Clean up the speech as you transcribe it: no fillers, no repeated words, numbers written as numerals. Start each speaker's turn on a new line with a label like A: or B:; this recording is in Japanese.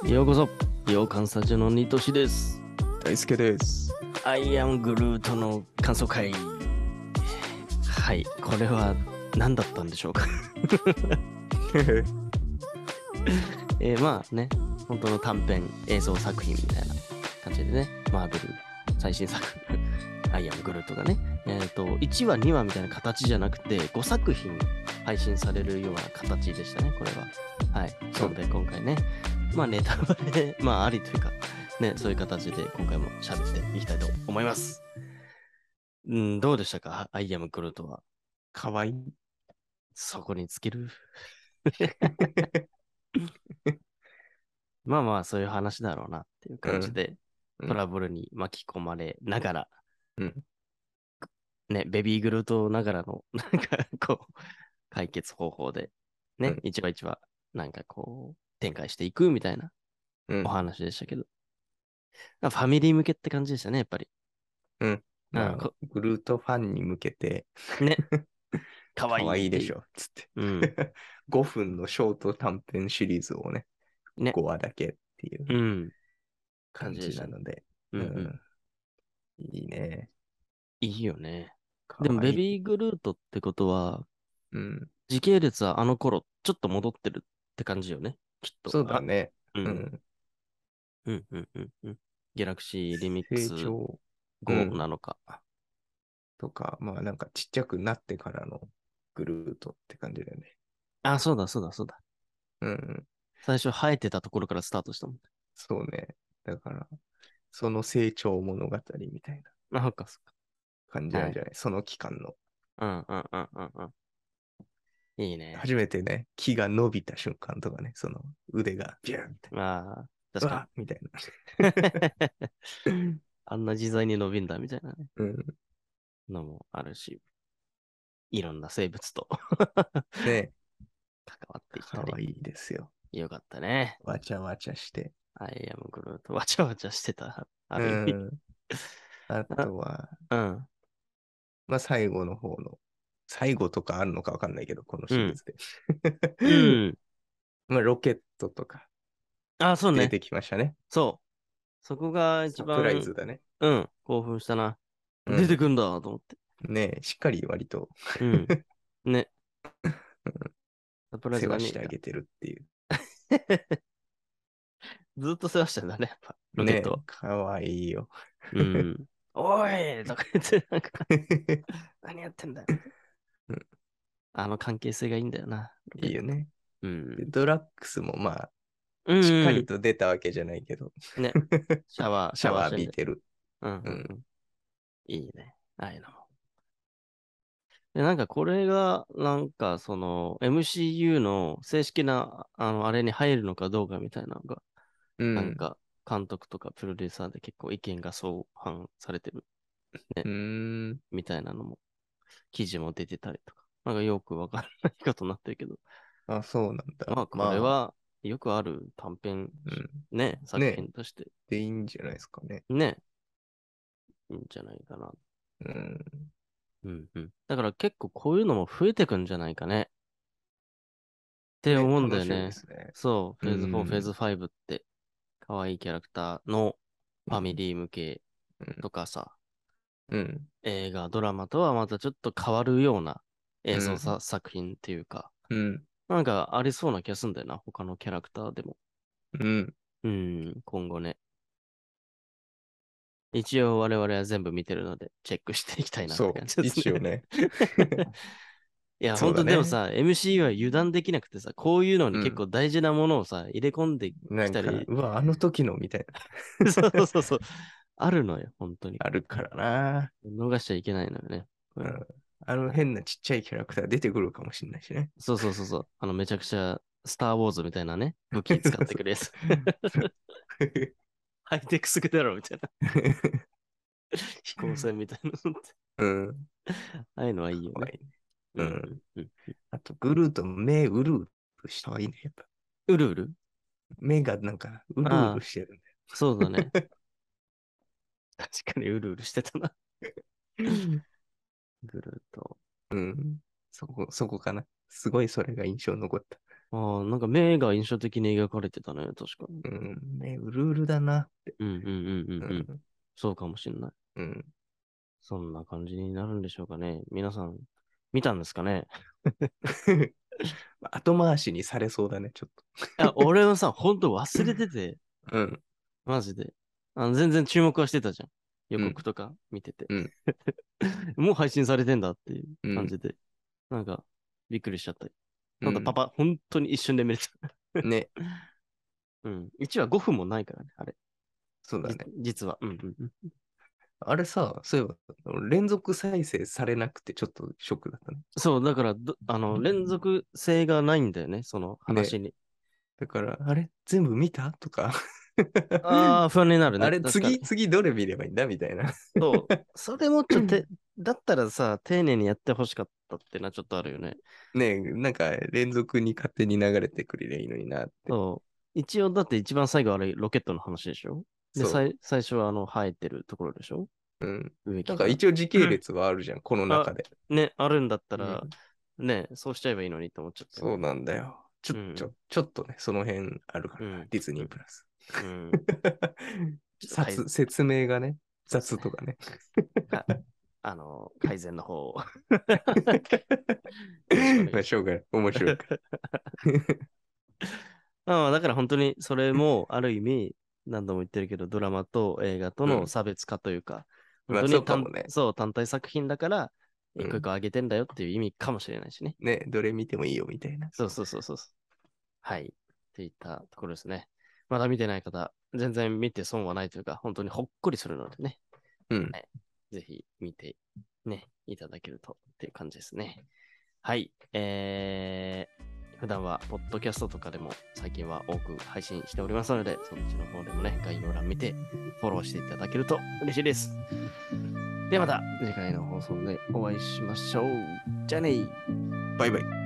A: ようこそ、洋館スタジオのニトシです。
B: 大輔です。
A: アイアングルートの感想会。はい、これは何だったんでしょうか。まあね、本当の短編映像作品みたいな感じでね、マーベル最新作、アイアングルートがね、1話、2話みたいな形じゃなくて、5作品配信されるような形でしたね、これは。はい。なので今回ね、まあネタバレ、まあありというか、ね、そういう形で今回も喋っていきたいと思います。どうでしたか、アイアムグルートは。
B: かわいい。
A: そこにつける。まあまあ、そういう話だろうなっていう感じで、トラブルに巻き込まれながら、ね、ベビーグルートながらの、こう、解決方法で、ね、一話一話、展開していくみたいなお話でしたけど、ファミリー向けって感じでしたね、やっぱり。
B: まあ、グルートファンに向けて、
A: ね、かわいい。
B: かわいいでしょ、つって。5分のショート短編シリーズをね、5話だけっていう感じなので、いいね。
A: いいよね。でも、ベビーグルートってことは、時系列はあの頃、ちょっと戻ってるって感じよね、きっと。
B: そうだね。
A: ギャラクシーリミックス
B: 成長
A: 後なのか。
B: とか、まあなんかちっちゃくなってからのグルートって感じだよね。
A: あ、そうだ。最初生えてたところからスタートしたもん。
B: そうね。だから、その成長物語みたいな
A: そっか。
B: 感じなんじゃない、その期間の。
A: いいね。
B: 初めてね、木が伸びた瞬間とかね、その腕がビューンみたい
A: な。確か
B: に。みたい
A: な。あんな自在に伸びんだみたいなね。のもあるし、いろんな生物と
B: ね、
A: 関わっていったり。
B: かわいいですよ。
A: よかったね。
B: わちゃわちゃして。
A: アイアムグルート、わちゃわちゃしてた。ある意味。
B: あとは、
A: うん。
B: まあ最後の方の、最後とかあるのかわかんないけど、このシリーズで。まあロケットとか
A: あ、そうね。
B: 出てきましたね。
A: そう。そこが一
B: サプライ
A: 番、
B: ズだね。
A: 興奮したな。出てくんだと思って。
B: ね、しっかり割と
A: ね。サプライズ
B: 世話
A: 何か。
B: してあげてるっていう。
A: ずっと世話してんだね、やっぱ、ロケットは。
B: ね、かわいいよ。
A: おいとか言って、何やってんだよ。あの関係性がいいんだよな、ロケットと。
B: いいよね。ドラッグスもまあ、しっかりと出たわけじゃないけど。
A: ね。シャワー
B: 浴
A: してんで。
B: びてる。
A: いいね。ああいうのも。で、これが、MCU の正式な、あれに入るのかどうかみたいなのが、監督とかプロデューサーで結構意見が相反されてる、ね。みたいなのも、記事も出てたりとか。よくわからないことになってるけど。
B: あ、そうなんだ。
A: まあ、これは、よくある短編、ね、作品として。
B: でいいんじゃないですかね。
A: ね。いいんじゃないかな。だから結構こういうのも増えてくんじゃないかね。って思うんだよね。そう、フェーズ4、フェーズ5って、可愛いキャラクターのファミリー向けとかさ、映画、ドラマとはまたちょっと変わるような映像作品っていうか、ありそうな気がするんだよな、他のキャラクターでも。今後ね。一応我々は全部見てるので、チェックしていきたいなって感じですね。
B: 一応ね。
A: いや、本当でもさ、MC は油断できなくてさ、こういうのに結構大事なものをさ、入れ込んできたり。
B: うわ、あの時のみたい
A: な。そう。あるのよ、本当に。
B: あるからな。
A: 逃しちゃいけないのよね。
B: あの変なちっちゃいキャラクター出てくるかもしれないしね。
A: そう。めちゃくちゃ、スター・ウォーズみたいなね、武器使ってくるやつ。ハイテクすぎだろ、みたいな。飛行船みたいなのって。ああいうのはいいよね。
B: あと、グルート目うるうるした方がいいね、やっぱ。
A: うるうる
B: 目がなんか、うるうるしてるんだよ。
A: そうだね。確かにうるうるしてたな。グルート。
B: そこかな。すごいそれが印象に残った。
A: ああ、なんか目が印象的に描かれてたね、確かに。
B: うん、目うるうるだなって。
A: うんうんうんうんうん。そうかもしれない。
B: うん。
A: そんな感じになるんでしょうかね。皆さん、見たんですかね。
B: 後回しにされそうだね、ちょっ
A: 俺はさ、ほんと忘れてて、
B: と。うん。
A: マジで。全然注目はしてたじゃん。予
B: うん。
A: 告とか見てて。
B: うん。
A: もう配信されてんだっていう
B: うん。
A: 感じで。なんか、びっくりしちゃった。
B: うん。
A: ただパパ、本当に一瞬で見れた。
B: ね。
A: うん。1話5分もないからね、あれ。
B: そうだね。
A: 実は。うんうんうん。
B: あれさ、そういえば、連続再生されなくてちょっとショックだったね。
A: そう、だから連続性がないんだよね、その
B: ね。
A: 話に。
B: だから、あれ全部見たとか。
A: ああ、不安になるね。
B: あれ
A: 確かに。
B: 次どれ見ればいいんだみたいな。
A: そう。それもだったらさ、丁寧にやってほしかったってのはちょっとあるよね。
B: ねえ、なんか連続に勝手に流れてくれりゃいいのになって。
A: そう。一応、だって一番最後あれ、ロケットの話でしょ。で、
B: そ
A: 最初は生えてるところでしょ。
B: う。うん。なん
A: 植木が。
B: か一応時
A: うん。
B: 系列はあるじゃん、この
A: あ、
B: 中で。
A: ね、あるんだったら、
B: うん。
A: ね、そうしちゃえばいいのにと思っちゃったよ
B: そう
A: ね。
B: なんだよ。
A: うん。
B: ちょっとね、その辺あるからな、
A: うん。
B: ディズ
A: うん。
B: ニープラス。
A: うん。ちょっと
B: 説明がね、
A: そうですね。
B: 雑とかね。
A: か、改善の方をよろしくお願いします。
B: まあしょうがない。面白いから。
A: だから本当にそれもある意味、何度も言ってるけど、ドラマと映画と
B: うん。
A: の差別化というか、本
B: まあそ
A: 当に
B: うかもね。
A: そう、単体作品だから、一個一
B: うん。
A: 個上げてんだよっていう意味かもしれないしね。
B: ね、どれ見てもいいよみたいな。
A: そうそうそうそう。はい。っていったところですね。まだ見てない方、全然見て損はないというか、本当にほっこりするのでね。
B: うん。
A: はい、ぜひ見てね、いただけるとっていう感じですね。はい。普段は、ポッドキャストとかでも最近は多く配信しておりますので、そっちの方でもね、概要欄見てフォローしていただけると嬉しいです。ではまた次回の放送でお会いしましょう。じゃあねー。
B: バイバイ。